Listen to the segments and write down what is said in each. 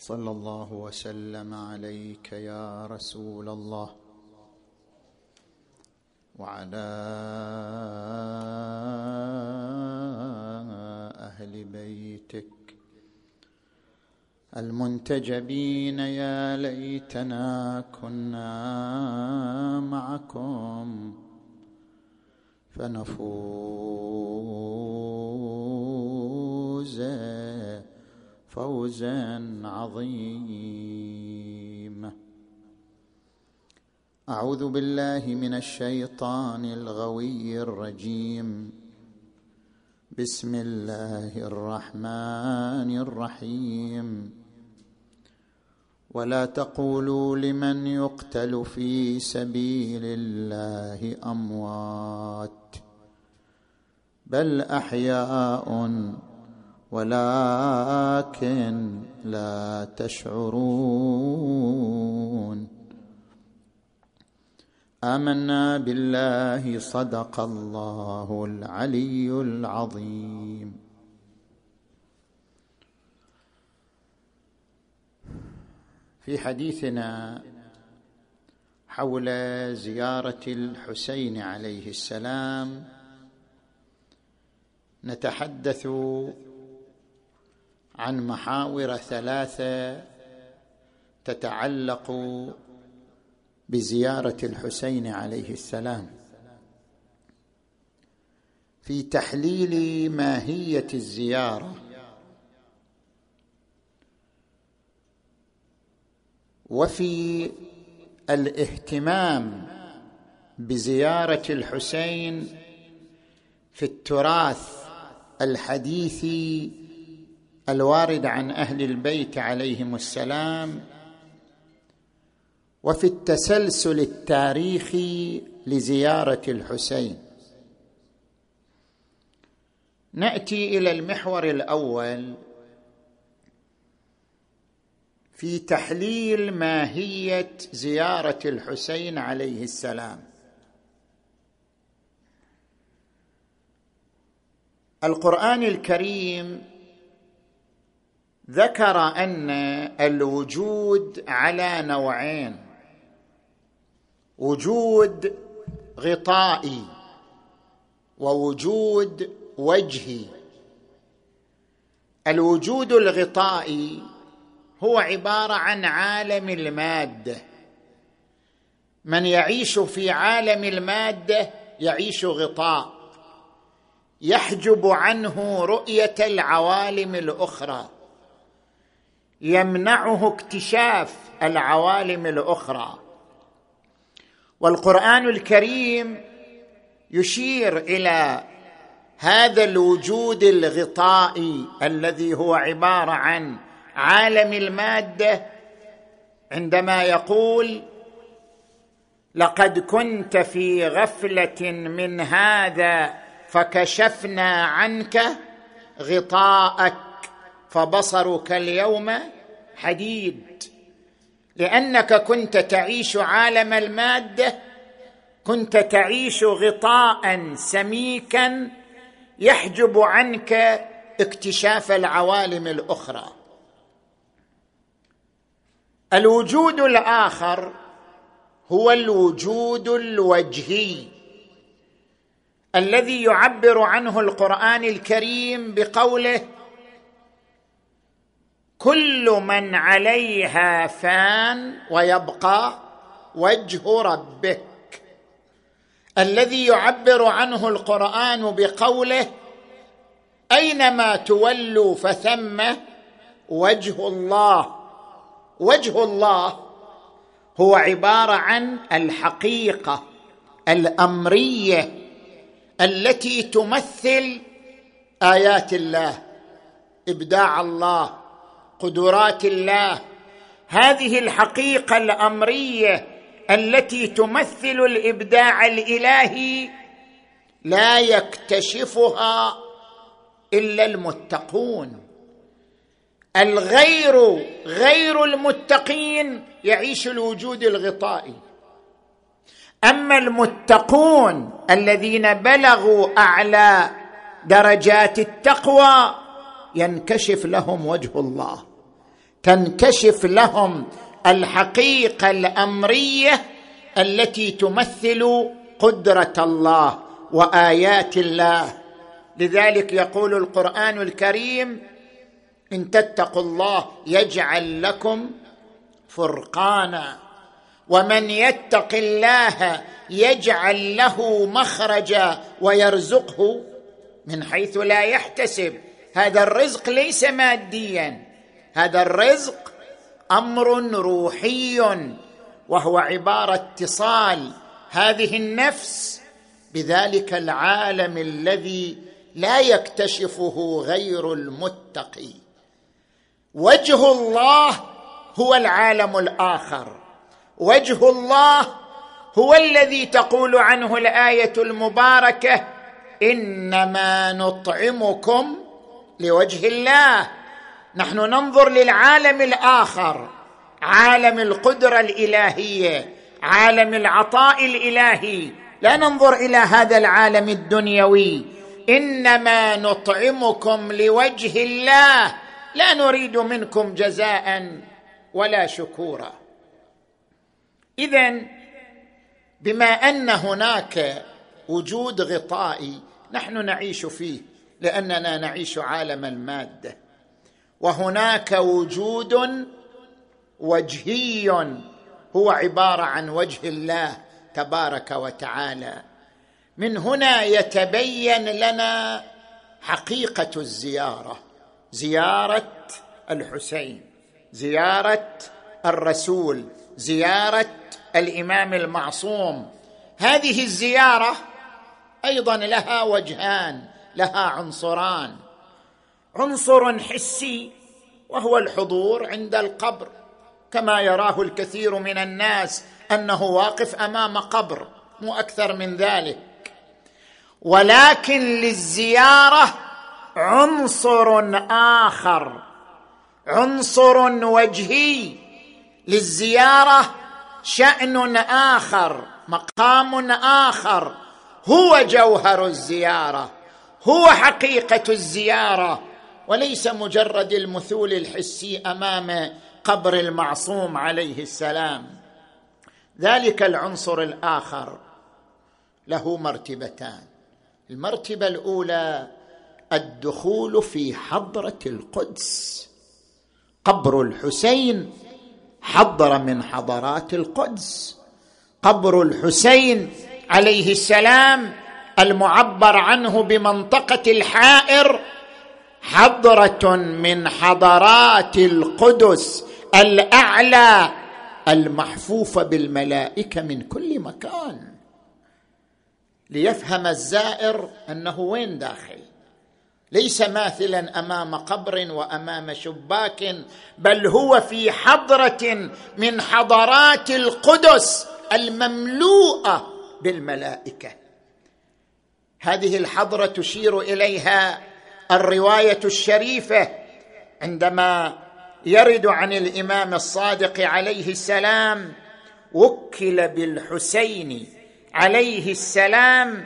صلى الله وسلم عليك يا رسول الله وعلى أهل بيتك المنتجبين. يا ليتنا كنا معكم فنفوز فوزا عظيما. أعوذ بالله من الشيطان الغوي الرجيم. بسم الله الرحمن الرحيم. ولا تقولوا لمن يقتل في سبيل الله أموات بل أحياء ولكن لا تشعرون. آمنا بالله صدق الله العلي العظيم. في حديثنا حول زيارة الحسين عليه السلام نتحدث عن محاور ثلاثة تتعلق بزيارة الحسين عليه السلام في تحليل ماهية الزيارة وفي الاهتمام بزيارة الحسين في التراث الحديثي الوارد عن أهل البيت عليهم السلام وفي التسلسل التاريخي لزيارة الحسين. نأتي إلى المحور الأول في تحليل ماهية زيارة الحسين عليه السلام. القرآن الكريم ذكر أن الوجود على نوعين: وجود غطائي ووجود وجهي. الوجود الغطائي هو عبارة عن عالم المادة. من يعيش في عالم المادة يعيش غطاء يحجب عنه رؤية العوالم الأخرى، يمنعه اكتشاف العوالم الأخرى. والقرآن الكريم يشير إلى هذا الوجود الغطائي الذي هو عبارة عن عالم المادة عندما يقول: لقد كنت في غفلة من هذا فكشفنا عنك غطاءك فبصرك اليوم حديد. لأنك كنت تعيش عالم المادة كنت تعيش غطاء سميكا يحجب عنك اكتشاف العوالم الأخرى. الوجود الآخر هو الوجود الوجهي الذي يعبر عنه القرآن الكريم بقوله: كل من عليها فان ويبقى وجه ربك، الذي يعبر عنه القرآن بقوله: أينما تولوا فثم وجه الله. وجه الله هو عبارة عن الحقيقة الأمرية التي تمثل آيات الله، إبداع الله، قدرات الله. هذه الحقيقة الأمرية التي تمثل الإبداع الإلهي لا يكتشفها إلا المتقون. غير المتقين يعيش الوجود الغطائي. أما المتقون الذين بلغوا أعلى درجات التقوى ينكشف لهم وجه الله، تنكشف لهم الحقيقة الأمرية التي تمثل قدرة الله وآيات الله. لذلك يقول القرآن الكريم: إن تتقوا الله يجعل لكم فرقانا، ومن يتق الله يجعل له مخرجا ويرزقه من حيث لا يحتسب. هذا الرزق ليس ماديا، هذا الرزق أمر روحي، وهو عبارة اتصال هذه النفس بذلك العالم الذي لا يكتشفه غير المتقي. وجه الله هو العالم الآخر، وجه الله هو الذي تقول عنه الآية المباركة: إنما نطعمكم لوجه الله. نحن ننظر للعالم الآخر، عالم القدرة الإلهية، عالم العطاء الإلهي، لا ننظر إلى هذا العالم الدنيوي. إنما نطعمكم لوجه الله لا نريد منكم جزاء ولا شكورا. إذن بما أن هناك وجود غطائي نحن نعيش فيه لأننا نعيش عالم المادة، وهناك وجود وجهي هو عبارة عن وجه الله تبارك وتعالى. من هنا يتبين لنا حقيقة الزيارة، زيارة الحسين، زيارة الرسول، زيارة الإمام المعصوم. هذه الزيارة أيضا لها وجهان، لها عنصران: عنصر حسي وهو الحضور عند القبر، كما يراه الكثير من الناس أنه واقف أمام قبر، مو أكثر من ذلك. ولكن للزيارة عنصر آخر، عنصر وجهي، للزيارة شأن آخر، مقام آخر، هو جوهر الزيارة، هو حقيقة الزيارة، وليس مجرد المثول الحسي أمام قبر المعصوم عليه السلام. ذلك العنصر الآخر له مرتبتان: المرتبة الأولى الدخول في حضرة القدس. قبر الحسين حضرة من حضرات القدس، قبر الحسين عليه السلام المعبر عنه بمنطقة الحائر حضرة من حضرات القدس الأعلى المحفوفة بالملائكة من كل مكان، ليفهم الزائر أنه وين داخل، ليس ماثلا أمام قبر وأمام شباك، بل هو في حضرة من حضرات القدس المملوءة بالملائكة. هذه الحضرة تشير إليها الرواية الشريفة عندما يرد عن الإمام الصادق عليه السلام: وكل بالحسين عليه السلام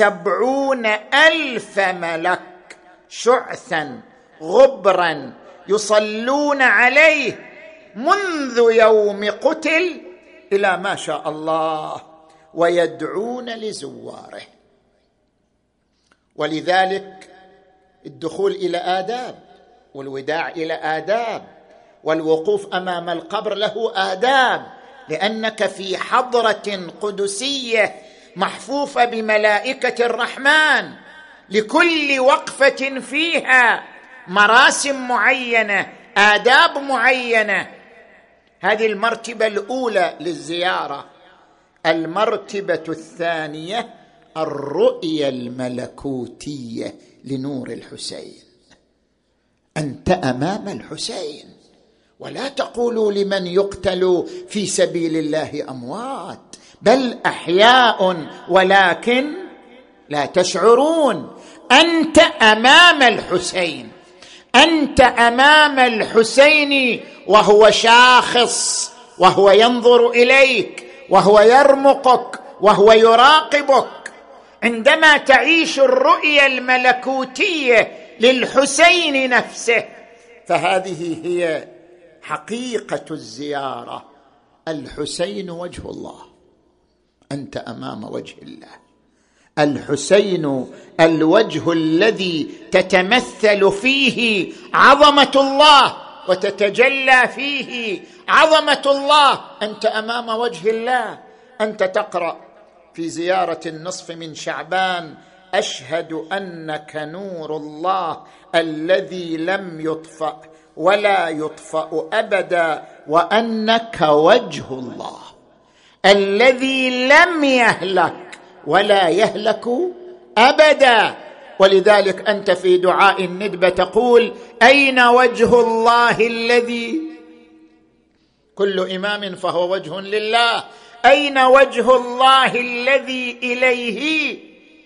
70,000 ملك شعثا غبرا يصلون عليه منذ يوم قتل إلى ما شاء الله، ويدعون لزواره. ولذلك الدخول إلى آداب، والوداع إلى آداب، والوقوف أمام القبر له آداب، لأنك في حضرة قدسية محفوفة بملائكة الرحمن، لكل وقفة فيها مراسم معينة، آداب معينة. هذه المرتبة الأولى للزيارة. المرتبة الثانية الرؤية الملكوتية لنور الحسين. أنت أمام الحسين، ولا تقولوا لمن يقتل في سبيل الله أموات، بل أحياء ولكن لا تشعرون. أنت أمام الحسين، أنت أمام الحسين وهو شاخص، وهو ينظر إليك، وهو يرمقك، وهو يراقبك. عندما تعيش الرؤية الملكوتية للحسين نفسه، فهذه هي حقيقة الزيارة: الحسين وجه الله، أنت أمام وجه الله. الحسين الوجه الذي تتمثل فيه عظمة الله وتتجلى فيه عظمة الله، أنت أمام وجه الله. أنت تقرأ في زيارة النصف من شعبان: أشهد أنك نور الله الذي لم يطفأ ولا يطفأ أبدا، وأنك وجه الله الذي لم يهلك ولا يهلك أبدا. ولذلك أنت في دعاء الندبة تقول: أين وجه الله الذي، كل إمام فهو وجه لله، أين وجه الله الذي إليه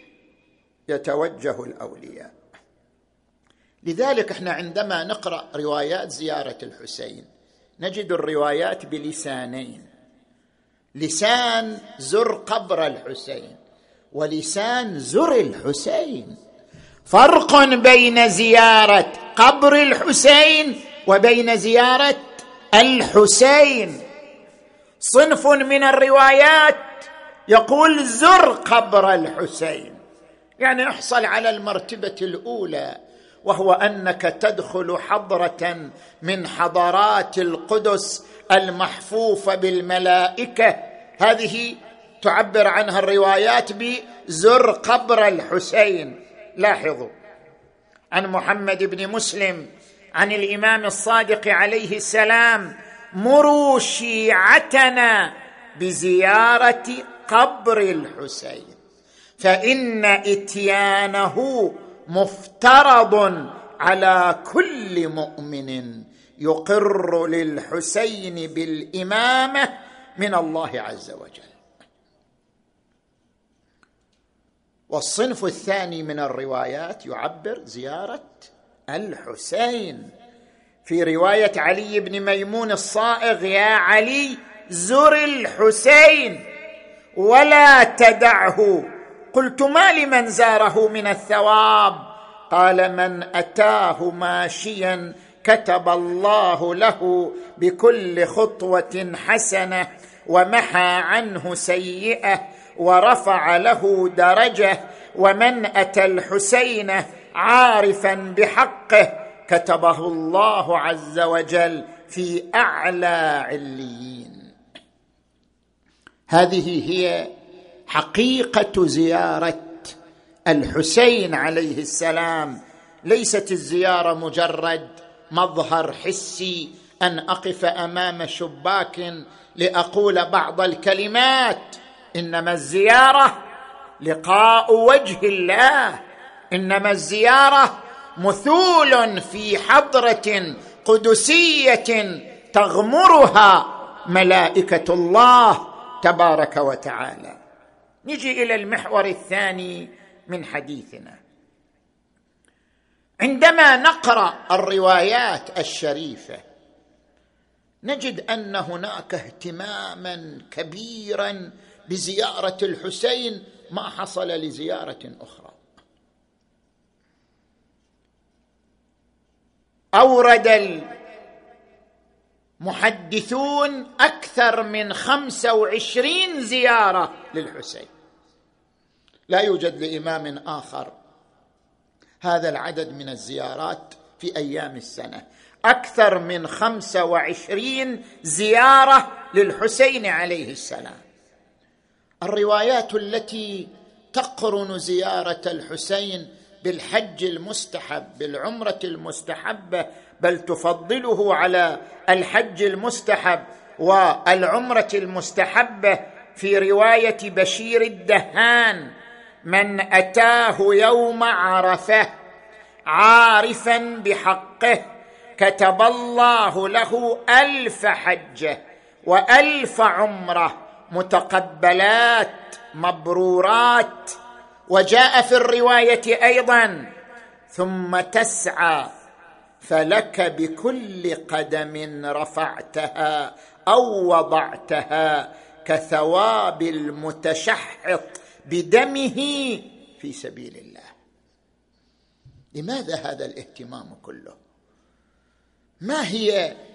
يتوجه الأولياء. لذلك احنا عندما نقرأ روايات زيارة الحسين نجد الروايات بلسانين: لسان زر قبر الحسين ولسان زر الحسين. فرق بين زيارة قبر الحسين وبين زيارة الحسين. صنف من الروايات يقول زر قبر الحسين، يعني احصل على المرتبة الأولى، وهو أنك تدخل حضرة من حضرات القدس المحفوفة بالملائكة. هذه تعبر عنها الروايات بزر قبر الحسين. لاحظوا عن محمد بن مسلم عن الإمام الصادق عليه السلام: مروا شيعتنا بزيارة قبر الحسين فإن إتيانه مفترض على كل مؤمن يقر للحسين بالإمامة من الله عز وجل. والصنف الثاني من الروايات يعبر زيارة الحسين في رواية علي بن ميمون الصائغ: يا علي زر الحسين ولا تدعه. قلت: ما لمن زاره من الثواب؟ قال: من أتاه ماشيا كتب الله له بكل خطوة حسنة ومحى عنه سيئة ورفع له درجة، ومن أتى الحسين عارفا بحقه كتبه الله عز وجل في أعلى عليين. هذه هي حقيقة زيارة الحسين عليه السلام. ليست الزيارة مجرد مظهر حسي أن أقف أمام شباك لأقول بعض الكلمات، إنما الزيارة لقاء وجه الله، إنما الزيارة مثول في حضرة قدسية تغمرها ملائكة الله تبارك وتعالى. نجي إلى المحور الثاني من حديثنا. عندما نقرأ الروايات الشريفة نجد أن هناك اهتماما كبيرا بزيارة الحسين ما حصل لزيارة أخرى. أورد المحدثون أكثر من 25 زيارة للحسين، لا يوجد لإمام آخر هذا العدد من الزيارات في أيام السنة، أكثر من 25 زيارة للحسين عليه السلام. الروايات التي تقرن زيارة الحسين بالحج المستحب بالعمرة المستحبة، بل تفضله على الحج المستحب والعمرة المستحبة، في رواية بشير الدهان: من أتاه يوم عرفة عارفا بحقه كتب الله له 1000 حجة و1000 عمرة متقبلات مبرورات. وجاء في الرواية أيضا: ثم تسعى فلك بكل قدم رفعتها أو وضعتها كثواب المتشحط بدمه في سبيل الله. لماذا هذا الاهتمام كله؟ ما هي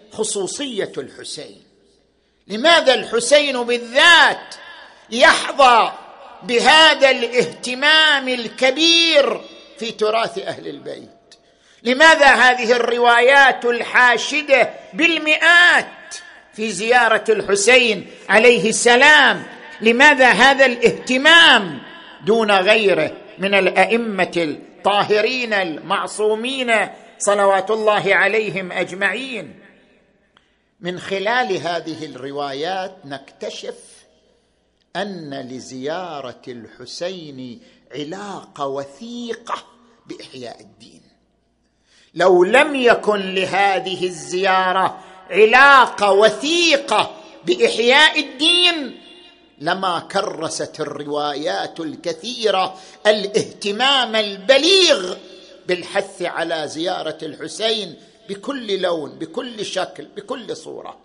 خصوصية الحسين. لماذا الحسين بالذات يحظى بهذا الاهتمام الكبير في تراث أهل البيت؟ لماذا هذه الروايات الحاشدة بالمئات في زيارة الحسين عليه السلام؟ لماذا هذا الاهتمام دون غيره من الأئمة الطاهرين المعصومين صلوات الله عليهم أجمعين؟ من خلال هذه الروايات نكتشف أن لزيارة الحسين علاقة وثيقة بإحياء الدين. لو لم يكن لهذه الزيارة علاقة وثيقة بإحياء الدين لما كرست الروايات الكثيرة الاهتمام البليغ بالحث على زيارة الحسين بكل لون، بكل شكل، بكل صورة.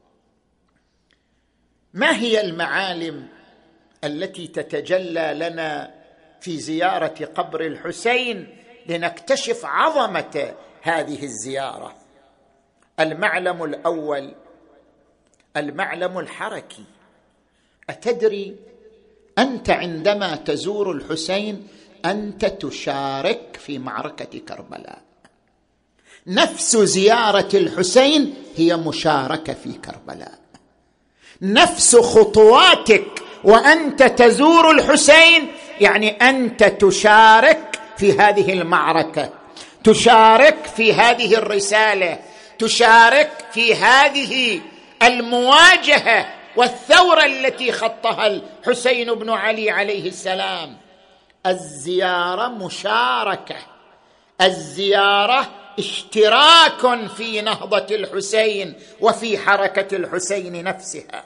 ما هي المعالم التي تتجلى لنا في زيارة قبر الحسين لنكتشف عظمة هذه الزيارة؟ المعلم الأول المعلم الحركي. أتدري أنت عندما تزور الحسين أنت تشارك في معركة كربلاء. نفس زيارة الحسين هي مشاركة في كربلاء. نفس خطواتك وأنت تزور الحسين يعني أنت تشارك في هذه المعركة، تشارك في هذه الرسالة، تشارك في هذه المواجهة والثورة التي خطها الحسين بن علي عليه السلام. الزيارة مشاركة، الزيارة اشتراك في نهضة الحسين وفي حركة الحسين نفسها.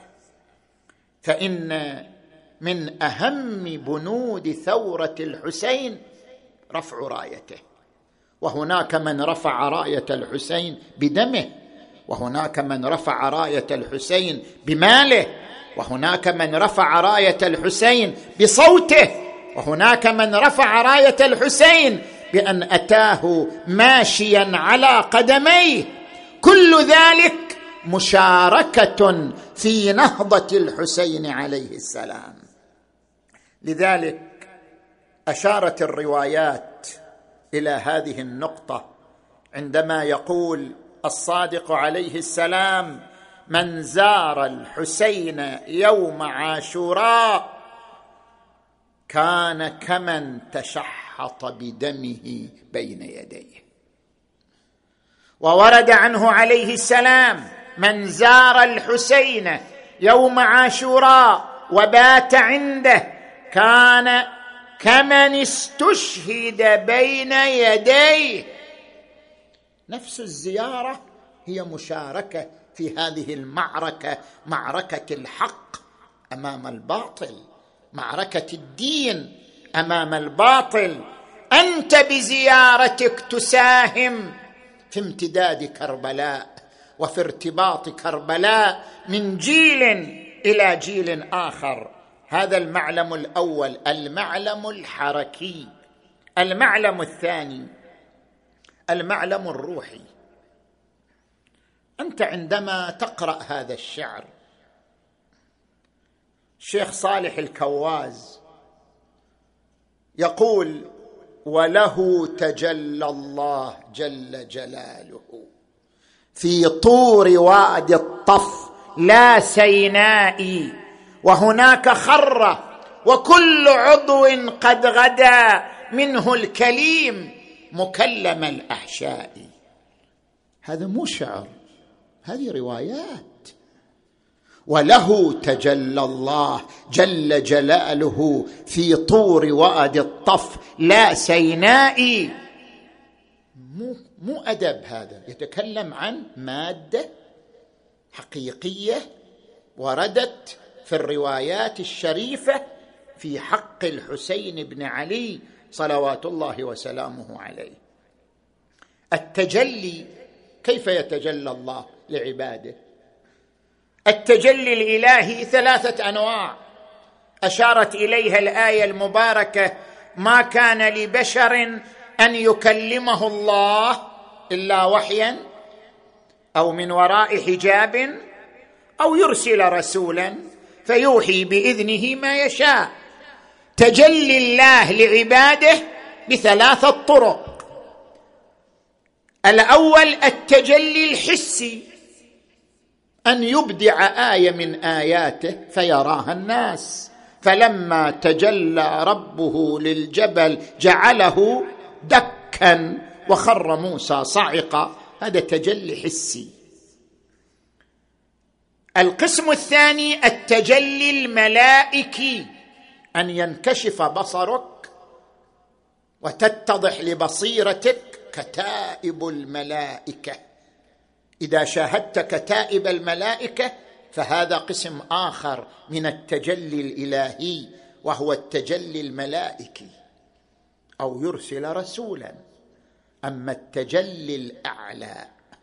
فإن من أهم بنود ثورة الحسين رفع رايته، وهناك من رفع راية الحسين بدمه، وهناك من رفع راية الحسين بماله، وهناك من رفع راية الحسين بصوته، وهناك من رفع راية الحسين بأن أتاه ماشيا على قدميه. كل ذلك مشاركة في نهضة الحسين عليه السلام. لذلك أشارت الروايات إلى هذه النقطة عندما يقول الصادق عليه السلام: من زار الحسين يوم عاشوراء كان كمن تشحط بدمه بين يديه. وورد عنه عليه السلام: من زار الحسين يوم عاشوراء وبات عنده كان كمن استشهد بين يديه. نفس الزيارة هي مشاركة في هذه المعركة، معركة الحق أمام الباطل، معركة الدين أمام الباطل. أنت بزيارتك تساهم في امتداد كربلاء وفي ارتباط كربلاء من جيل إلى جيل آخر. هذا المعلم الأول، المعلم الحركي. المعلم الثاني المعلم الروحي. أنت عندما تقرأ هذا الشعر، الشيخ صالح الكواز يقول: وله تجلى الله جل جلاله في طور وادي الطف لا سيناء، وهناك خرة وكل عضو قد غدا منه الكليم مكلم الأحشاء. هذا مو شعر، هذه روايات. وله تجلى الله جل جلاله في طور وادي الطف لا سيناء. مو أدب، هذا يتكلم عن مادة حقيقية وردت في الروايات الشريفة في حق الحسين بن علي صلوات الله وسلامه عليه. التجلي، كيف يتجلى الله لعباده؟ التجلي الإلهي 3 أنواع أشارت إليها الآية المباركة: ما كان لبشر أن يكلمه الله إلا وحيا أو من وراء حجاب أو يرسل رسولا فيوحي بإذنه ما يشاء. تجلي الله لعباده بثلاثة طرق. الأول التجلي الحسي، أن يبدع آية من آياته فيراها الناس. فلما تجلى ربه للجبل جعله دكا وخر موسى صعقا، هذا تجلي حسي. القسم الثاني التجلي الملائكي، أن ينكشف بصرك وتتضح لبصيرتك كتائب الملائكة. إذا شاهدت كتائب الملائكة فهذا قسم آخر من التجلي الإلهي، وهو التجلي الملائكي. أو يرسل رسولا. أما التجلي الأعلى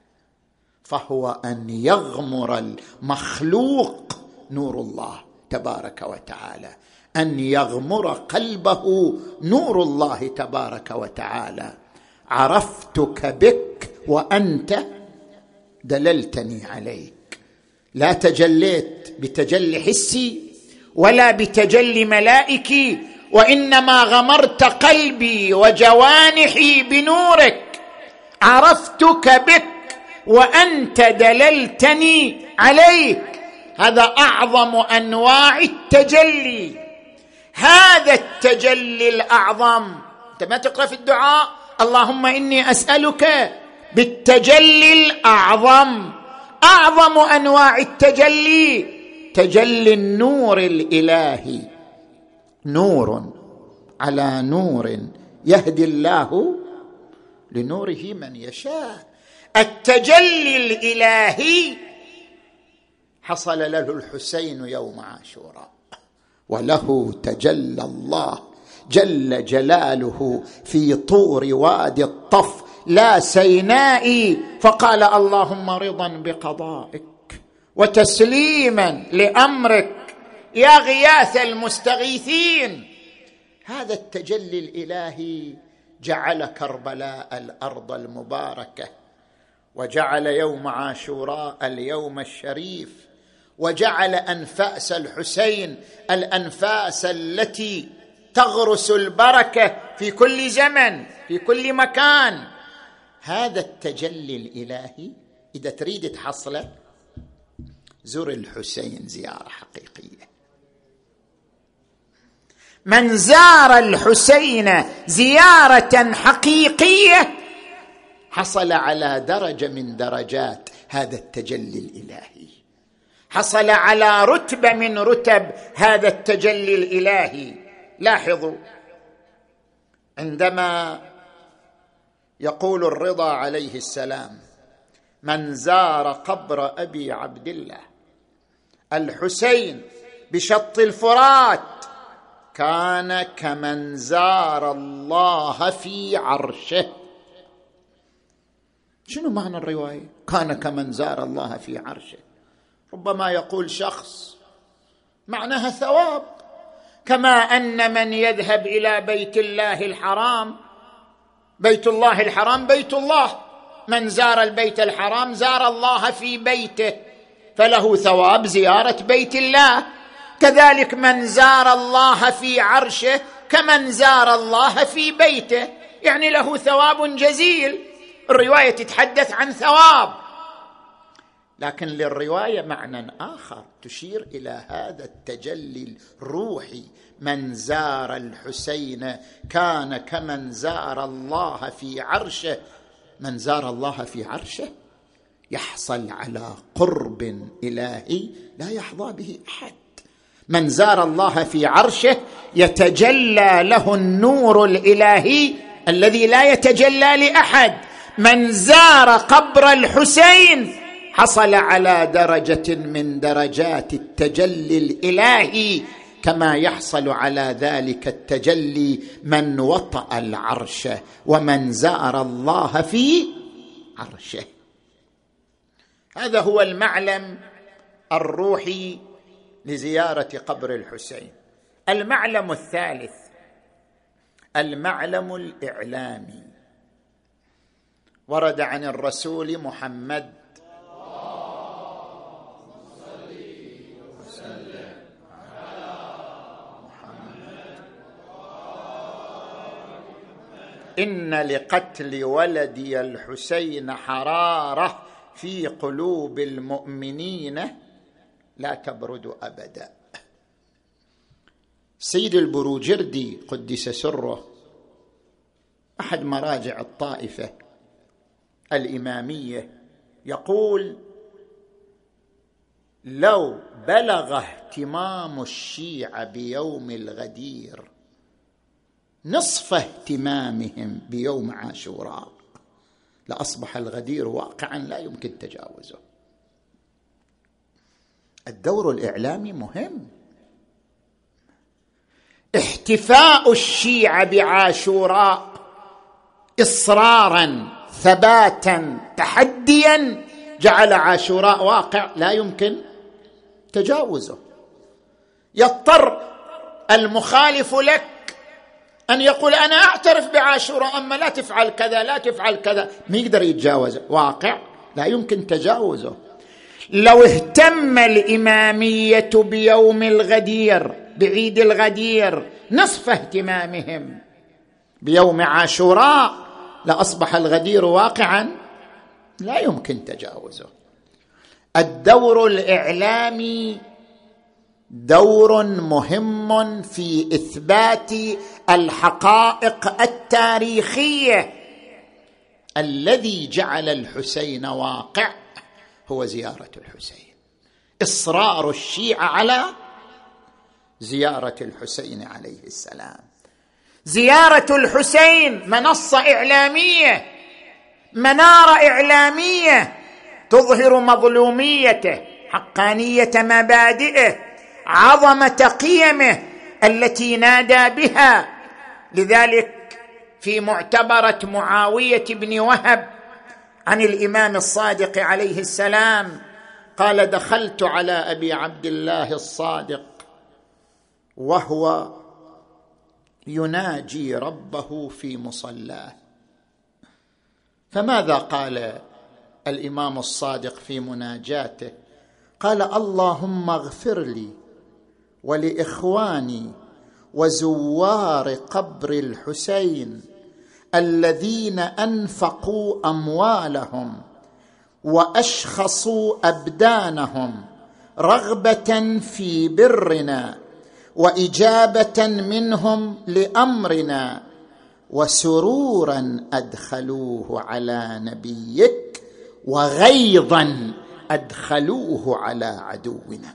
فهو أن يغمر المخلوق نور الله تبارك وتعالى، أن يغمر قلبه نور الله تبارك وتعالى. عرفتك بك وأنت دللتني عليك. لا تجليت بتجلي حسي ولا بتجلي ملائكي، وإنما غمرت قلبي وجوانحي بنورك. عرفتك بك وأنت دللتني عليك. هذا أعظم أنواع التجلي. هذا التجلي الأعظم. أنت ما تقرأ في الدعاء اللهم إني أسألك بالتجلي الأعظم؟ أعظم أنواع التجلي تجلي النور الإلهي. نور على نور يهدي الله لنوره من يشاء. التجلي الإلهي حصل له الحسين يوم عاشوراء، وله تجلى الله جل جلاله في طور وادي الطف لا سيناء، فقال اللهم رضا بقضائك وتسليما لأمرك يا غياث المستغيثين. هذا التجلي الإلهي جعل كربلاء الأرض المباركة، وجعل يوم عاشوراء اليوم الشريف، وجعل أنفاس الحسين الأنفاس التي تغرس البركة في كل زمن في كل مكان. هذا التجلي الإلهي إذا تريد تحصله زر الحسين زيارة حقيقية. من زار الحسين زيارة حقيقية حصل على درجة من درجات هذا التجلي الإلهي، حصل على رتبة من رتب هذا التجلي الإلهي. لاحظوا عندما يقول الرضا عليه السلام من زار قبر أبي عبد الله الحسين بشط الفرات كان كمن زار الله في عرشه. شنو معنى الرواية كان كمن زار الله في عرشه؟ ربما يقول شخص معناها ثواب، كما أن من يذهب إلى بيت الله الحرام، بيت الله الحرام بيت الله، من زار البيت الحرام زار الله في بيته فله ثواب زيارة بيت الله. كذلك من زار الله في عرشه كمن زار الله في بيته، يعني له ثواب جزيل. الرواية تتحدث عن ثواب، لكن للرواية معنى آخر تشير إلى هذا التجلي الروحي. من زار الحسين كان كمن زار الله في عرشه. من زار الله في عرشه يحصل على قرب إلهي لا يحظى به أحد. من زار الله في عرشه يتجلى له النور الإلهي الذي لا يتجلى لأحد. من زار قبر الحسين حصل على درجة من درجات التجلي الإلهي، كما يحصل على ذلك التجلي من وطأ العرش ومن زار الله في عرشه. هذا هو المعلم الروحي لزيارة قبر الحسين. المعلم الثالث المعلم الإعلامي. ورد عن الرسول محمد إن لقتل ولدي الحسين حرارة في قلوب المؤمنين لا تبرد أبدا. سيد البروجردي قدس سره أحد مراجع الطائفة الإمامية يقول: لو بلغ اهتمام الشيعة بيوم الغدير نصف اهتمامهم بيوم عاشوراء لأصبح الغدير واقعا لا يمكن تجاوزه. الدور الإعلامي مهم. احتفاء الشيعة بعاشوراء إصرارا ثباتا تحديا جعل عاشوراء واقع لا يمكن تجاوزه. يضطر المخالف لك أن يقول أنا أعترف بعاشوراء أما لا تفعل كذا لا تفعل كذا، ما يقدر يتجاوزه، واقع لا يمكن تجاوزه. لو اهتم الإمامية بيوم الغدير بعيد الغدير نصف اهتمامهم بيوم عاشوراء لأصبح الغدير واقعا لا يمكن تجاوزه. الدور الإعلامي دور مهم في إثبات الحقائق التاريخية. الذي جعل الحسين واقع هو زيارة الحسين، إصرار الشيعة على زيارة الحسين عليه السلام. زيارة الحسين منصة إعلامية، منارة إعلامية تظهر مظلوميته، حقانية مبادئه، عظمة قيمه التي نادى بها. لذلك في معتبرة معاوية بن وهب عن الإمام الصادق عليه السلام قال: دخلت على أبي عبد الله الصادق وهو يناجي ربه في مصلاه. فماذا قال الإمام الصادق في مناجاته؟ قال: اللهم اغفر لي ولإخواني وزوار قبر الحسين الذين أنفقوا أموالهم وأشخصوا أبدانهم رغبة في برنا وإجابة منهم لأمرنا وسرورا أدخلوه على نبيك وغيظا أدخلوه على عدونا.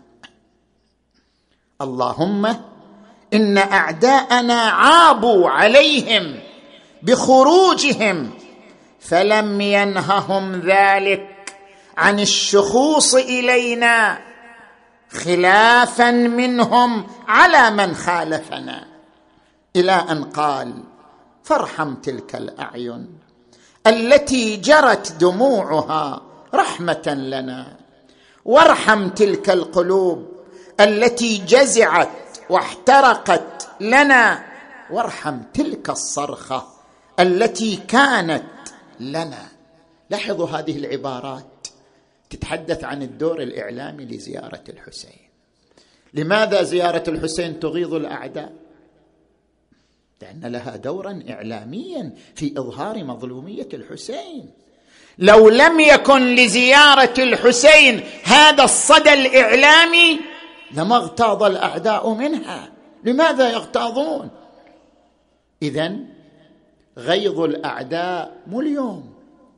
اللهم إن أعداءنا عابوا عليهم بخروجهم فلم ينههم ذلك عن الشخوص إلينا خلافا منهم على من خالفنا، إلى أن قال: فارحم تلك الأعين التي جرت دموعها رحمة لنا، وارحم تلك القلوب التي جزعت واحترقت لنا، وارحم تلك الصرخة التي كانت لنا. لاحظوا هذه العبارات تتحدث عن الدور الإعلامي لزيارة الحسين. لماذا زيارة الحسين تغيظ الأعداء؟ لأن لها دورا إعلاميا في إظهار مظلومية الحسين. لو لم يكن لزيارة الحسين هذا الصدى الإعلامي لما اغتاظ الأعداء منها. لماذا يغتاظون؟ إذن غيظ الأعداء مو اليوم،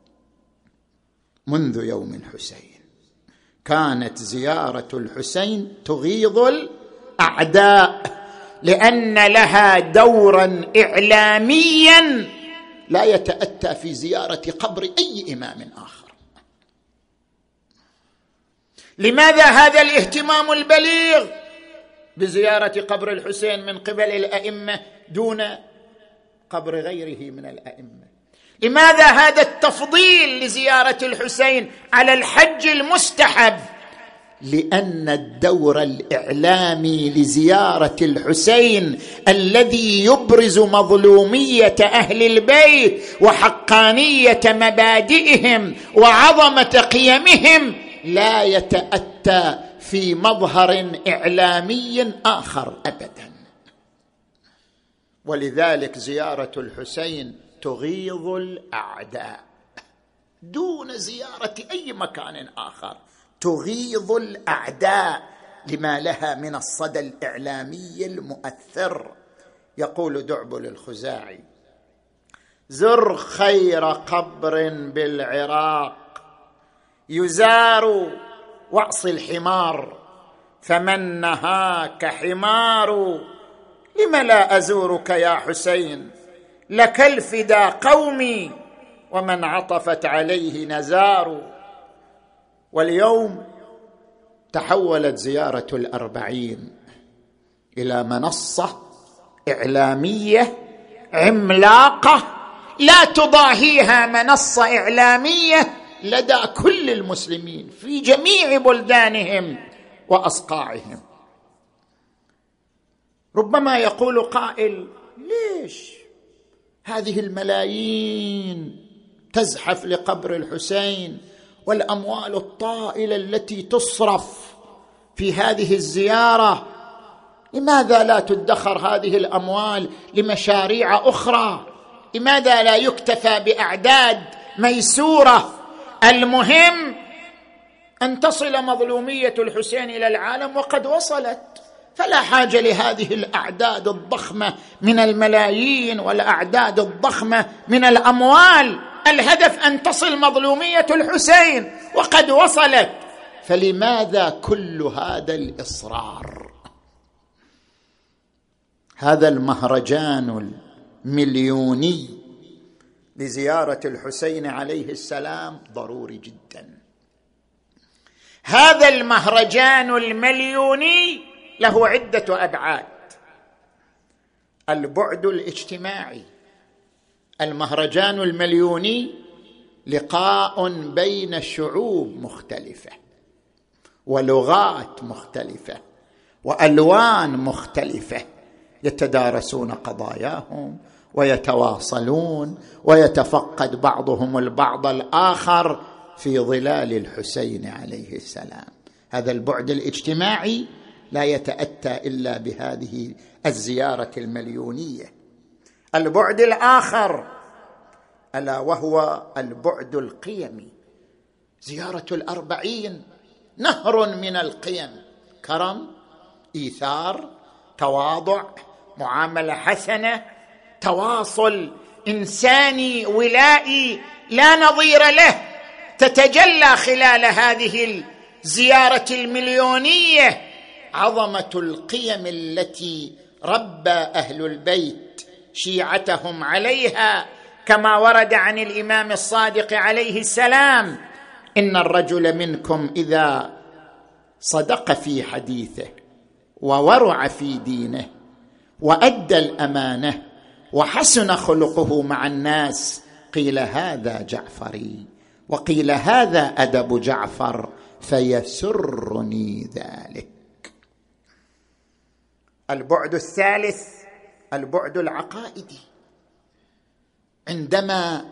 منذ يوم الحسين كانت زيارة الحسين تغيظ الأعداء، لأن لها دورا إعلاميا لا يتأتى في زيارة قبر أي إمام آخر. لماذا هذا الاهتمام البليغ بزيارة قبر الحسين من قبل الأئمة دون قبر غيره من الأئمة؟ لماذا هذا التفضيل لزيارة الحسين على الحج المستحب؟ لأن الدور الإعلامي لزيارة الحسين الذي يبرز مظلومية أهل البيت وحقانية مبادئهم وعظمة قيمهم لا يتأتى في مظهر إعلامي آخر أبدا. ولذلك زيارة الحسين تغيظ الأعداء دون زيارة أي مكان آخر، تغيظ الأعداء لما لها من الصدى الإعلامي المؤثر. يقول دعبل الخزاعي: زر خير قبر بالعراق يزار واعص الحمار، فمن نهاك حمار، لم لا أزورك يا حسين، لك الفدا قومي، ومن عطفت عليه نزار. واليوم تحولت زيارة الأربعين إلى منصة إعلامية عملاقة لا تضاهيها منصة إعلامية لدى كل المسلمين في جميع بلدانهم وأصقاعهم. ربما يقول قائل: ليش هذه الملايين تزحف لقبر الحسين والأموال الطائلة التي تصرف في هذه الزيارة؟ لماذا لا تدخر هذه الأموال لمشاريع أخرى؟ لماذا لا يكتفى بأعداد ميسورة؟ المهم أن تصل مظلومية الحسين إلى العالم، وقد وصلت، فلا حاجة لهذه الأعداد الضخمة من الملايين والأعداد الضخمة من الأموال. الهدف أن تصل مظلومية الحسين، وقد وصلت، فلماذا كل هذا الإصرار؟ هذا المهرجان المليوني لزيارة الحسين عليه السلام ضروري جدا. هذا المهرجان المليوني له عدة أبعاد. البعد الاجتماعي: المهرجان المليوني لقاء بين شعوب مختلفة ولغات مختلفة وألوان مختلفة، يتدارسون قضاياهم ويتواصلون ويتفقد بعضهم البعض الآخر في ظلال الحسين عليه السلام. هذا البعد الاجتماعي لا يتأتى إلا بهذه الزيارة المليونية. البعد الآخر ألا وهو البعد القيمي. زيارة الأربعين نهر من القيم: كرم، إيثار، تواضع، معاملة حسنة، تواصل إنساني ولائي لا نظير له، تتجلى خلال هذه الزيارة المليونية عظمة القيم التي ربى أهل البيت شيعتهم عليها، كما ورد عن الإمام الصادق عليه السلام: إن الرجل منكم إذا صدق في حديثه وورع في دينه وأدى الأمانة وحسن خلقه مع الناس، قيل هذا جعفري، وقيل هذا أدب جعفر، فيسرني ذلك. البعد الثالث البعد العقائدي. عندما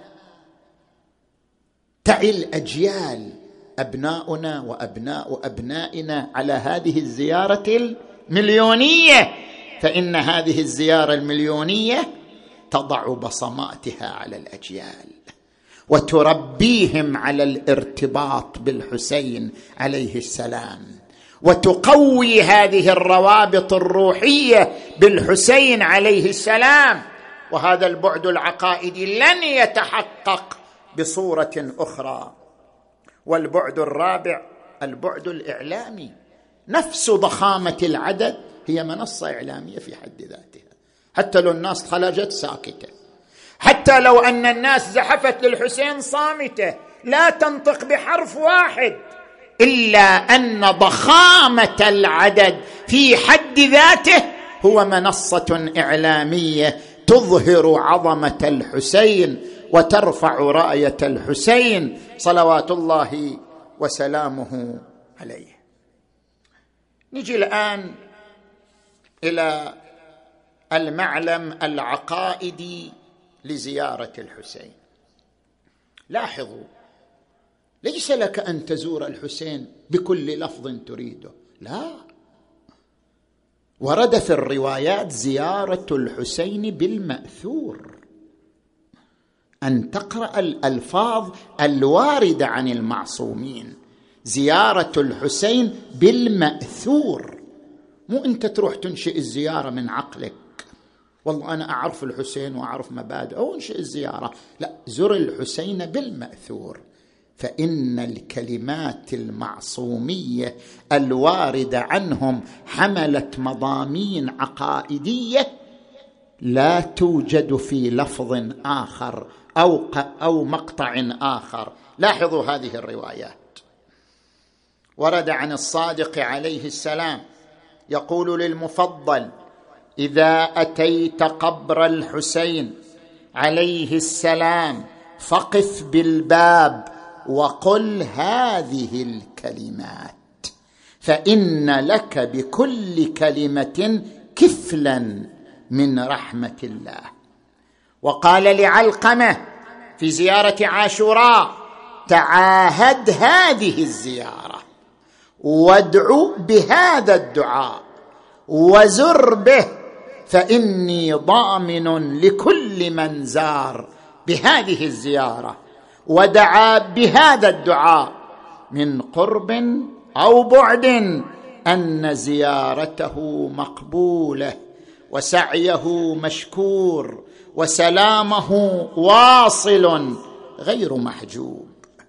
تعي الأجيال أبناؤنا وأبناء أبنائنا على هذه الزيارة المليونية، فإن هذه الزيارة المليونية تضع بصماتها على الأجيال وتربيهم على الارتباط بالحسين عليه السلام، وتقوي هذه الروابط الروحية بالحسين عليه السلام. وهذا البعد العقائدي لن يتحقق بصورة أخرى. والبعد الرابع البعد الإعلامي. نفس ضخامة العدد هي منصة إعلامية في حد ذاتها، حتى لو الناس خرجت ساكتة، حتى لو أن الناس زحفت للحسين صامتة لا تنطق بحرف واحد، إلا أن ضخامة العدد في حد ذاته هو منصة إعلامية تظهر عظمة الحسين وترفع راية الحسين صلوات الله وسلامه عليه. نجي الآن إلى المعلم العقائدي لزيارة الحسين. لاحظوا، ليس لك أن تزور الحسين بكل لفظ تريده، لا، ورد في الروايات زيارة الحسين بالمأثور، أن تقرأ الألفاظ الواردة عن المعصومين. زيارة الحسين بالمأثور، مو أنت تروح تنشئ الزيارة من عقلك، والله أنا أعرف الحسين وأعرف مبادئه وانشئ الزيارة، لا، زر الحسين بالمأثور. فإن الكلمات المعصومية الواردة عنهم حملت مضامين عقائدية لا توجد في لفظ آخر أو مقطع آخر. لاحظوا هذه الروايات. ورد عن الصادق عليه السلام يقول للمفضل: إذا أتيت قبر الحسين عليه السلام فقف بالباب وقل هذه الكلمات، فإن لك بكل كلمة كفلا من رحمة الله. وقال لعلقمة في زيارة عاشوراء: تعاهد هذه الزيارة وادعو بهذا الدعاء وزر به، فإني ضامن لكل من زار بهذه الزيارة ودعا بهذا الدعاء من قرب أو بعد أن زيارته مقبولة وسعيه مشكور وسلامه واصل غير محجوب.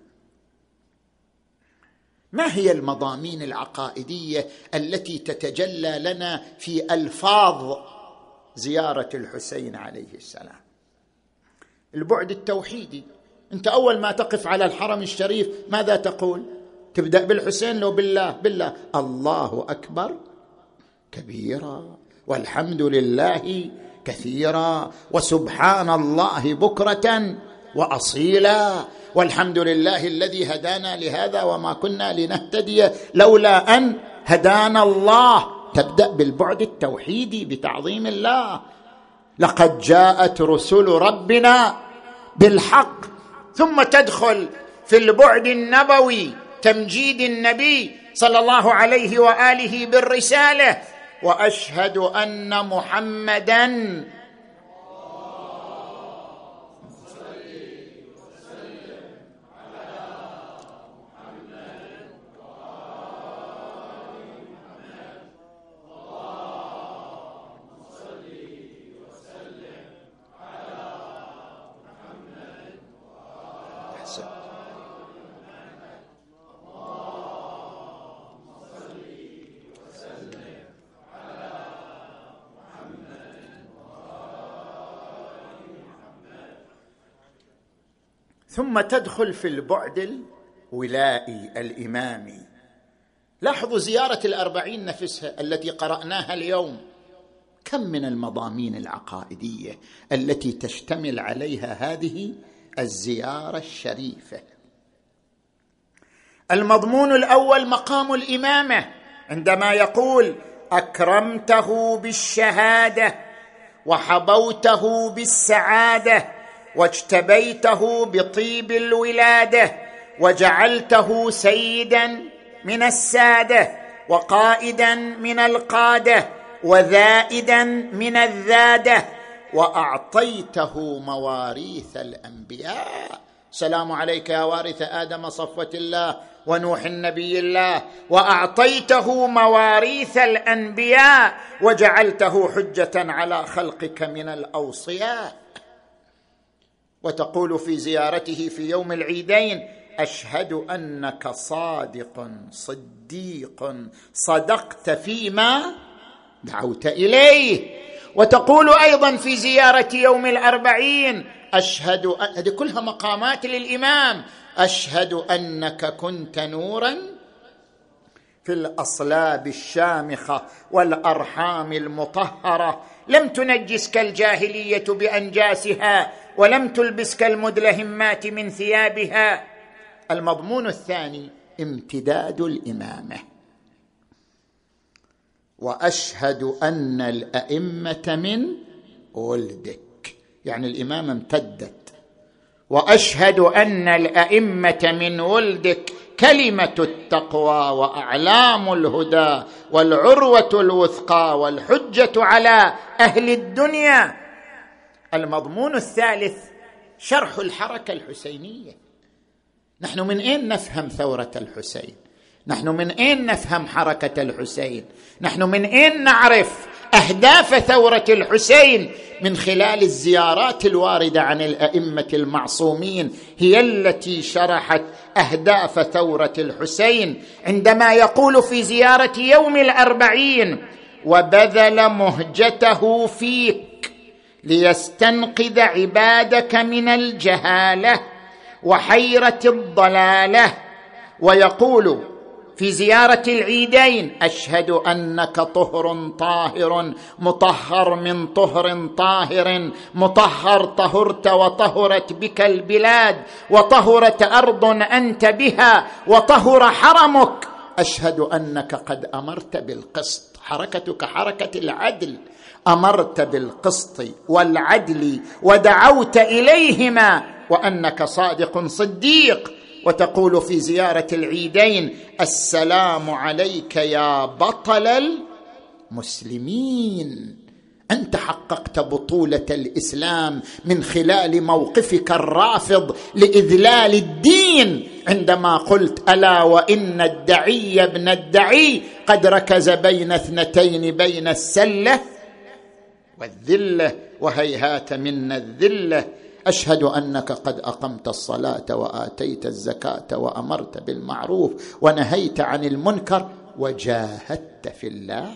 ما هي المضامين العقائدية التي تتجلى لنا في ألفاظ زيارة الحسين عليه السلام؟ البعد التوحيدي. أنت أول ما تقف على الحرم الشريف ماذا تقول؟ تبدأ بالحسين لو بالله الله أكبر كبيرا والحمد لله كثيرا وسبحان الله بكرة وأصيلا والحمد لله الذي هدانا لهذا وما كنا لنهتدي لولا أن هدانا الله. تبدأ بالبعد التوحيدي بتعظيم الله. لقد جاءت رسل ربنا بالحق، ثم تدخل في البعد النبوي، تمجيد النبي صلى الله عليه وآله بالرسالة. وأشهد أن محمداً ثم تدخل في البعد الولائي الإمامي. لاحظوا زيارة الأربعين نفسها التي قرأناها اليوم، كم من المضامين العقائدية التي تشتمل عليها هذه الزيارة الشريفة. المضمون الأول مقام الإمامة، عندما يقول: أكرمته بالشهادة وحبوته بالسعادة واجتبيته بطيب الولادة وجعلته سيدا من السادة وقائدا من القادة وذائدا من الذادة وأعطيته مواريث الأنبياء. سلام عليك يا وارث آدم صفوة الله ونوح النبي الله، وأعطيته مواريث الأنبياء وجعلته حجة على خلقك من الأوصياء. وتقول في زيارته في يوم العيدين: أشهد أنك صادق صديق صدقت فيما دعوت إليه. وتقول أيضا في زيارة يوم الأربعين: أشهد هذه كلها مقامات للإمام. أشهد أنك كنت نورا في الأصلاب الشامخة والأرحام المطهرة، لم تنجسك الجاهلية بأنجاسها ولم تلبسك المدلهمات من ثيابها. المضمون الثاني امتداد الإمامة. وأشهد أن الأئمة من ولدك، يعني الإمامة امتدت. وأشهد أن الأئمة من ولدك كلمة التقوى وأعلام الهدى والعروة الوثقى والحجة على أهل الدنيا. المضمون الثالث شرح الحركة الحسينية. نحن من أين نفهم ثورة الحسين؟ نحن من أين نفهم حركة الحسين؟ نحن من أين نعرف أهداف ثورة الحسين؟ من خلال الزيارات الواردة عن الأئمة المعصومين، هي التي شرحت أهداف ثورة الحسين. عندما يقول في زيارة يوم 40: وبذل مهجته فيك ليستنقذ عبادك من الجهالة وحيرة الضلالة. ويقول في زيارة العيدين: أشهد أنك طهر طاهر مطهر من طهر طاهر مطهر، طهرت وطهرت بك البلاد وطهرت أرض أنت بها وطهر حرمك. أشهد أنك قد أمرت بالقسط، حركتك حركة العدل، أمرت بالقسط والعدل ودعوت إليهما وأنك صادق صديق. وتقول في زيارة العيدين: السلام عليك يا بطل المسلمين. أنت حققت بطولة الإسلام من خلال موقفك الرافض لإذلال الدين، عندما قلت: ألا وإن الدعي ابن الدعي قد ركز بين اثنتين، بين السلة والذلة، وهيهات منا الذلة. أشهد أنك قد أقمت الصلاة وآتيت الزكاة وأمرت بالمعروف ونهيت عن المنكر وجاهدت في الله.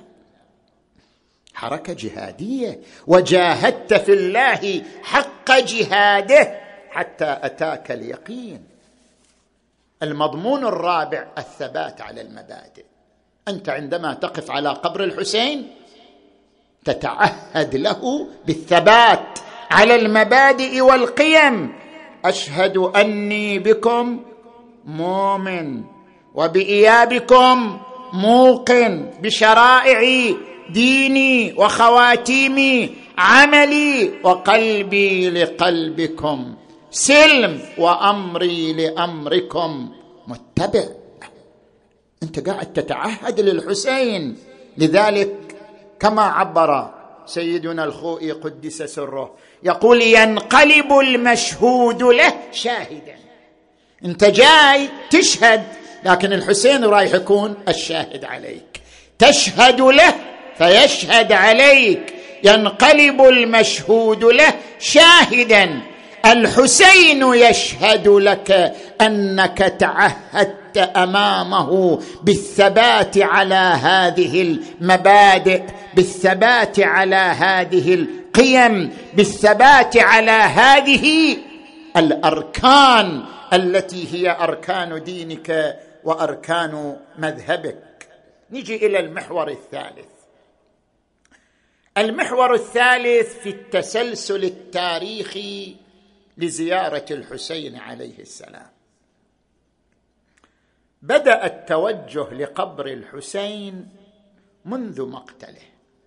حركة جهادية، وجاهدت في الله حق جهاده حتى أتاك اليقين. المضمون الرابع: الثبات على المبادئ. أنت عندما تقف على قبر الحسين تتعهد له بالثبات على المبادئ والقيم. أشهد أني بكم مؤمن وبإيابكم موقن، بشرائع ديني وخواتيم عملي، وقلبي لقلبكم سلم وأمري لأمركم متبع. أنت قاعد تتعهد للحسين. لذلك كما عبر سيدنا الخوئي قدس سره، يقول: ينقلب المشهود له شاهدا. انت جاي تشهد، لكن الحسين رايح يكون الشاهد عليك. تشهد له فيشهد عليك. ينقلب المشهود له شاهدا. الحسين يشهد لك أنك تعهدت أمامه بالثبات على هذه المبادئ، بالثبات على هذه القيم، بالثبات على هذه الأركان التي هي أركان دينك وأركان مذهبك. نجي إلى المحور الثالث. المحور الثالث في التسلسل التاريخي لزيارة الحسين عليه السلام. بدأ التوجه لقبر الحسين منذ مقتله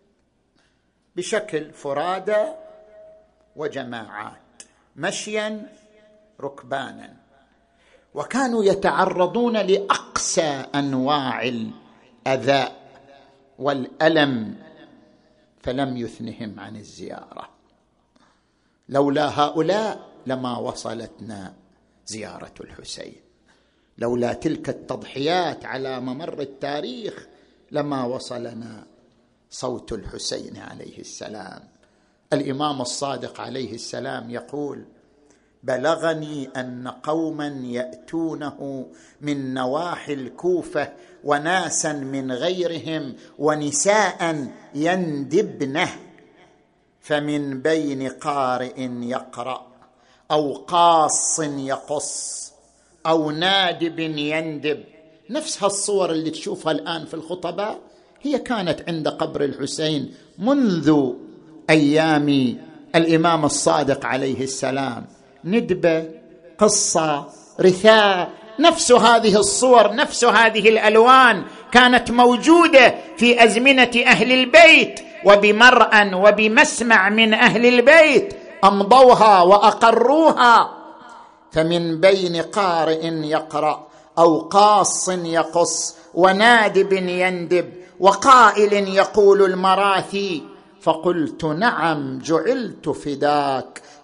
بشكل فرادى وجماعات، مشيا ركبانا، وكانوا يتعرضون لأقسى أنواع الأذى والألم، فلم يثنهم عن الزيارة. لولا هؤلاء لما وصلتنا زيارة الحسين، لولا تلك التضحيات على ممر التاريخ لما وصلنا صوت الحسين عليه السلام. الإمام الصادق عليه السلام يقول: بلغني أن قوما يأتونه من نواحي الكوفة وناسا من غيرهم ونساء يندبنه، فمن بين قارئ يقرأ أو قاص يقص أو نادب يندب. نفس هالصور اللي تشوفها الآن في الخطباء هي كانت عند قبر الحسين منذ أيام الإمام الصادق عليه السلام. ندبة، قصة، رثاء، نفس هذه الصور، نفس هذه الألوان كانت موجودة في أزمنة أهل البيت، وبمرأى وبمسمع من أهل البيت أمضوها وأقروها. فمن بين قارئ يقرأ أو قاص يقص ونادب يندب وقائل يقول المراثي، فقلت: نعم، جعلت فداك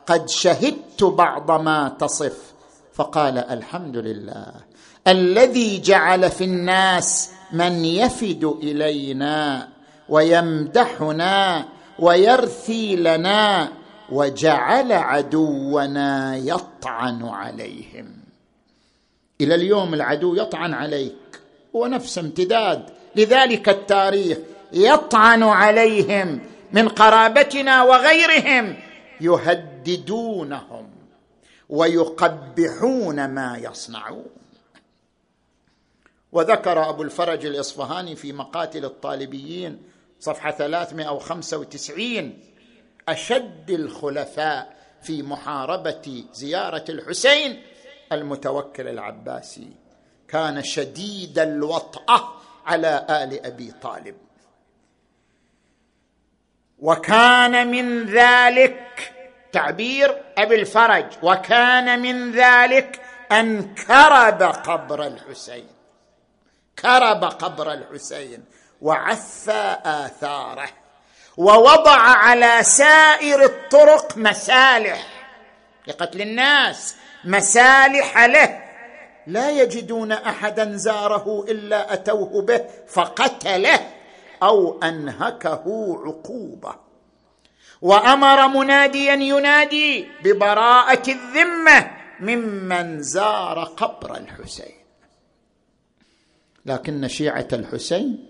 قد شهدت بعض ما تصف. فقال: الحمد لله الذي جعل في الناس من يفد إلينا ويمدحنا ويرثي لنا، وجعل عدونا يطعن عليهم. إلى اليوم العدو يطعن عليك، هو نفس امتداد لذلك التاريخ، يطعن عليهم من قرابتنا وغيرهم، يهددونهم ويقبحون ما يصنعون. وذكر أبو الفرج الإصفهاني في مقاتل الطالبيين صفحة 395 أشد الخلفاء في محاربة زيارة الحسين المتوكل العباسي، كان شديد الوطأة على آل أبي طالب. وكان من ذلك تعبير أبي الفرج، وكان من ذلك أن كرب قبر الحسين، كرب قبر الحسين وعفى آثاره، ووضع على سائر الطرق مسالح لقتل الناس، مسالح له، لا يجدون أحدا زاره إلا أتوه به فقتله أو أنهكه عقوبة. وأمر مناديا ينادي ببراءة الذمة ممن زار قبر الحسين. لكن شيعة الحسين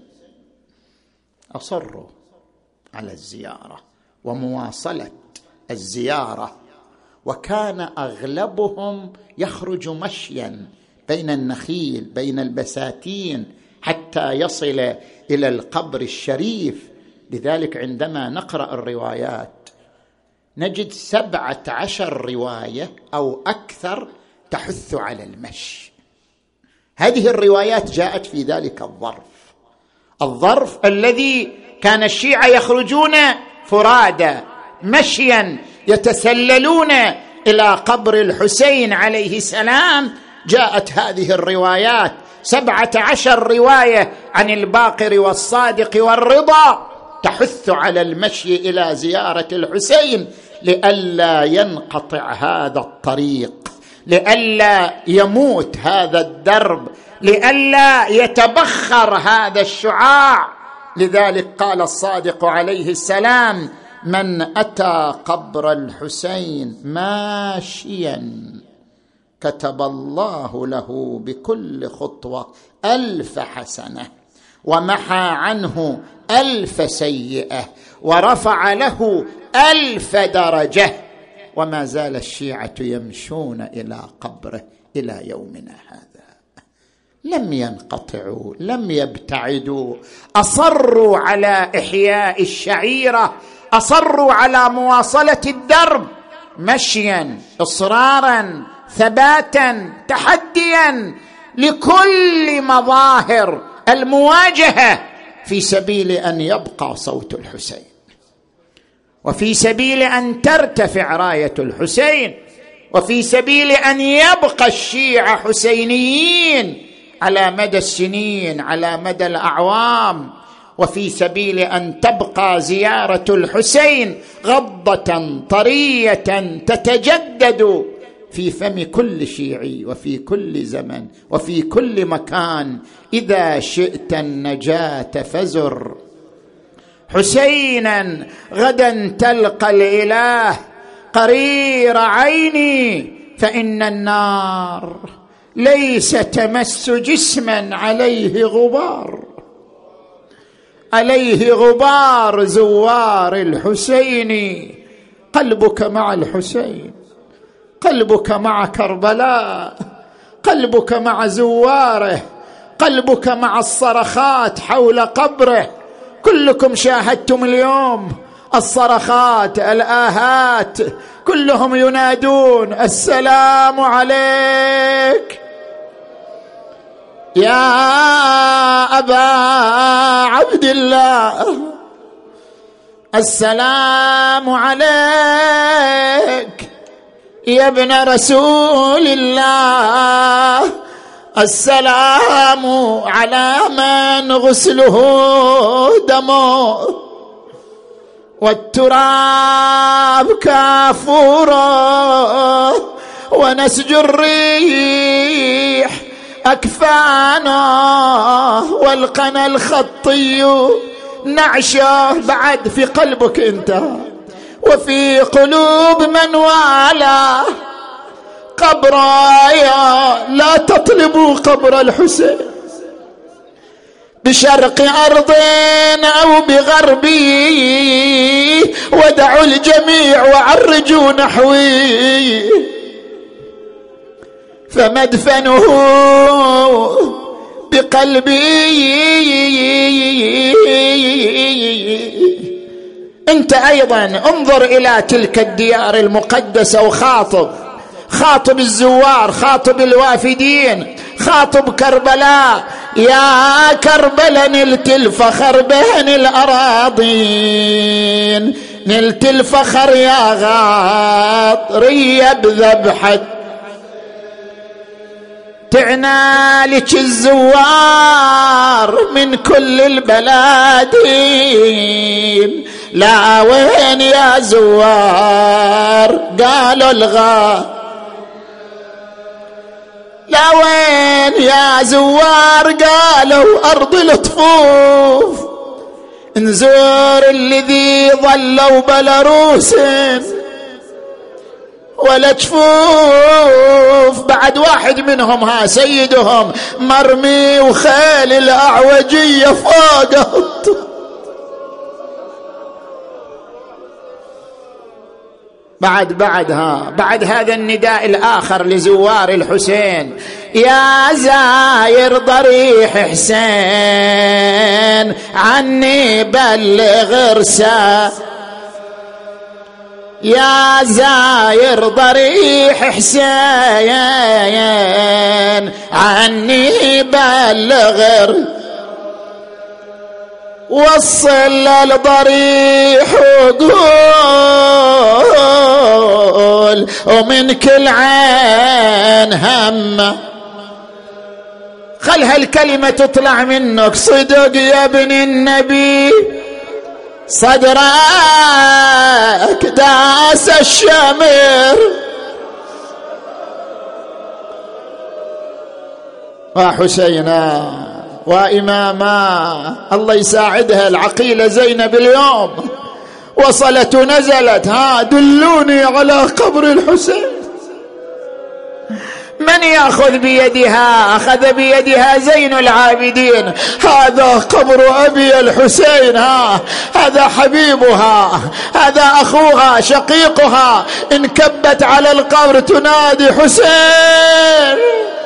أصروا على الزيارة ومواصلة الزيارة، وكان أغلبهم يخرج مشيا بين النخيل بين البساتين حتى يصل إلى القبر الشريف. لذلك عندما نقرأ الروايات نجد 17 رواية أو أكثر تحث على المشي. هذه الروايات جاءت في ذلك الظرف الذي كان الشيعة يخرجون فرادى مشيا يتسللون إلى قبر الحسين عليه السلام. جاءت هذه الروايات 17 رواية عن الباقر والصادق والرضا تحث على المشي إلى زيارة الحسين لئلا ينقطع هذا الطريق، لئلا يموت هذا الدرب، لئلا يتبخر هذا الشعاع. لذلك قال الصادق عليه السلام: من أتى قبر الحسين ماشيا كتب الله له بكل خطوة 1000 حسنة، ومحى عنه 1000 سيئة، ورفع له 1000 درجة. وما زال الشيعة يمشون إلى قبره إلى يومنا هذا، لم ينقطعوا، لم يبتعدوا، أصروا على إحياء الشعيرة، أصروا على مواصلة الدرب مشيا، إصرارا، ثباتا، تحديا لكل مظاهر المواجهة في سبيل أن يبقى صوت الحسين، وفي سبيل أن ترتفع راية الحسين، وفي سبيل أن يبقى الشيعة حسينيين على مدى السنين، على مدى الأعوام، وفي سبيل أن تبقى زيارة الحسين غضة طرية تتجدد في فم كل شيعي وفي كل زمن وفي كل مكان. إذا شئت النجاة فزر حسينا غدا تلقى الإله قرير عيني، فإن النار ليس تمس جسما عليه غبار، عليه غبار زوار الحسين. قلبك مع الحسين، قلبك مع كربلاء، قلبك مع زواره، قلبك مع الصرخات حول قبره. كلكم شاهدتم اليوم الصرخات، الآهات، كلهم ينادون: السلام عليك يا أبا عبد الله، السلام عليك يا ابن رسول الله، السلام على من غسله دمه، والتراب كافوره ونسج الريح أكفانه والقنا الخطي نعشه. بعد في قلبك أنت وفي قلوب من والاه قبرايا. لا تطلبوا قبر الحسين بشرق أرض أو بغربي، ودعوا الجميع وعرجوا نحوي، فمدفنه بقلبي. أنت أيضا انظر إلى تلك الديار المقدسة خاطب الزوار، خاطب الوافدين، خاطب كربلاء. يا كربلاء نلت الفخر بين الأراضين، نلت الفخر يا غاطرية بذبحة تعنالك الزوار من كل البلادين. لا وين يا زوار قالوا لا وين يا زوار قالوا أرض الطفوف. نزور الذي ظلوا بلاروس ولا جفوف. بعد واحد منهم سيدهم مرمي وخيل الأعوجية فوقت. بعد هذا النداء الآخر لزوار الحسين: يا زاير ضريح حسين عني بلغ رسالة، يا زاير ضريح حسين عني بلغ، وصل الضريح وقول ومن كل عين همه. خل هالكلمة تطلع منك صدق يا ابن النبي، صدرك داس الشمر. وحسينا وإماما الله يساعدها العقيلة زينب اليوم وصلت ونزلت: دلوني على قبر الحسين. من يأخذ بيدها؟ أخذ بيدها زين العابدين: هذا قبر أبي الحسين، هذا حبيبها، هذا أخوها شقيقها. انكبت على القبر تنادي: حسين.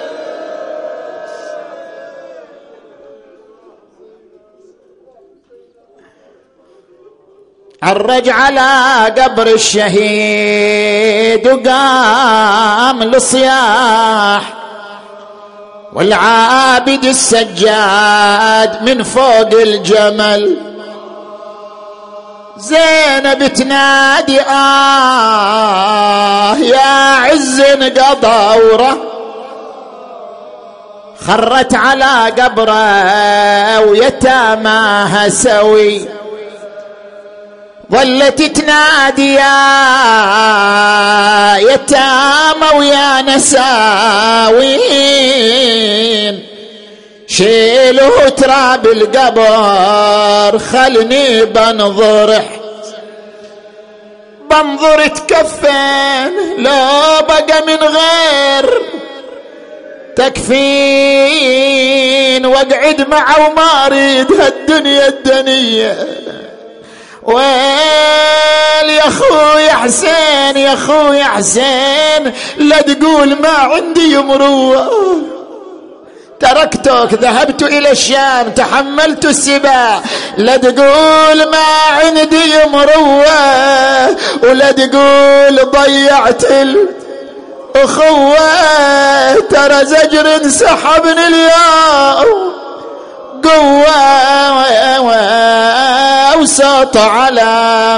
عرج على قبر الشهيد وقام للصياح، والعابد السجاد من فوق الجمل. زينب تنادي: يا عز انقضى وره. خرت على قبره ويتاماها سوي، ظلت تنادي: يا يتامى ويا نساوين، شيلوا تراب القبر خلني بنظر تكفن، لو بقى من غير تكفين، واقعد معه وما اريد هالدنيا الدنية. ويل يا اخوي حسين، يا اخوي حسين، لا تقول ما عندي مروة، تركتك ذهبت الى الشام تحملت السباع. لا تقول ما عندي مروة، ولا تقول ضيعت الاخوة، ترى زجر سحبني اليوم قوة وسط على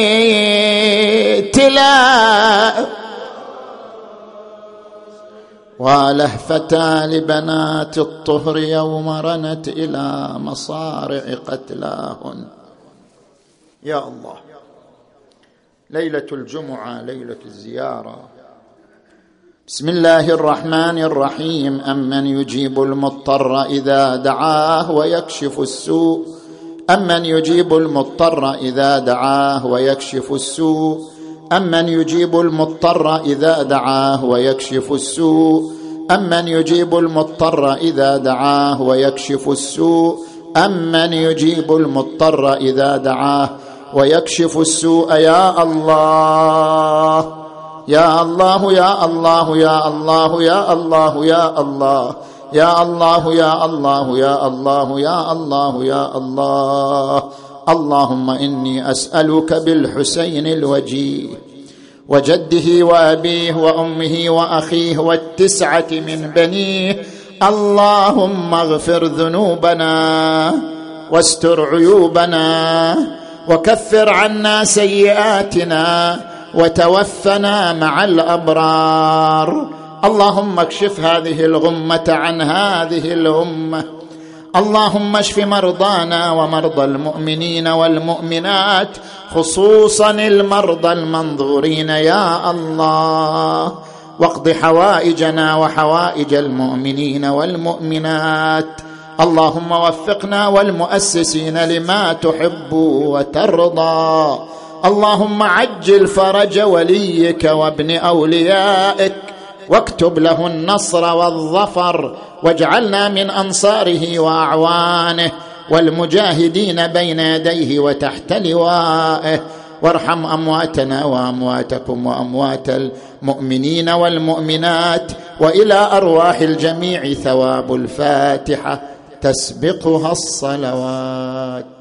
متني تلا، ولهفتا لبنات الطهر يوم رنت إلى مصارع قتلاهن. يا الله، ليلة الجمعة ليلة الزيارة. بسم الله الرحمن الرحيم. أمن يجيب المضطر إذا دعاه ويكشف السوء، أمن يجيب المضطر إذا دعاه ويكشف السوء، أمن يجيب المضطر إذا دعاه ويكشف السوء، أمن يجيب المضطر إذا دعاه ويكشف السوء، أمن يجيب المضطر إذا دعاه ويكشف السوء. يا الله يا الله يا الله يا الله يا الله يا الله يا الله يا الله يا الله يا الله يا الله. اللهم إني أسألك بالحسين الوجيه وجده وأبيه وأمه وأخيه والتسعة من بنيه، اللهم اغفر ذنوبنا واستر عيوبنا وكفر عنا سيئاتنا وتوفنا مع الأبرار. اللهم اكشف هذه الغمة عن هذه الأمة. اللهم اشف مرضانا ومرضى المؤمنين والمؤمنات، خصوصا المرضى المنظورين يا الله، واقض حوائجنا وحوائج المؤمنين والمؤمنات. اللهم وفقنا والمؤسسين لما تحب وترضى. اللهم عجل فرج وليك وابن أوليائك، واكتب له النصر والظفر، واجعلنا من أنصاره وأعوانه والمجاهدين بين يديه وتحت لوائه. وارحم أمواتنا وأمواتكم وأموات المؤمنين والمؤمنات، وإلى أرواح الجميع ثواب الفاتحة تسبقها الصلوات.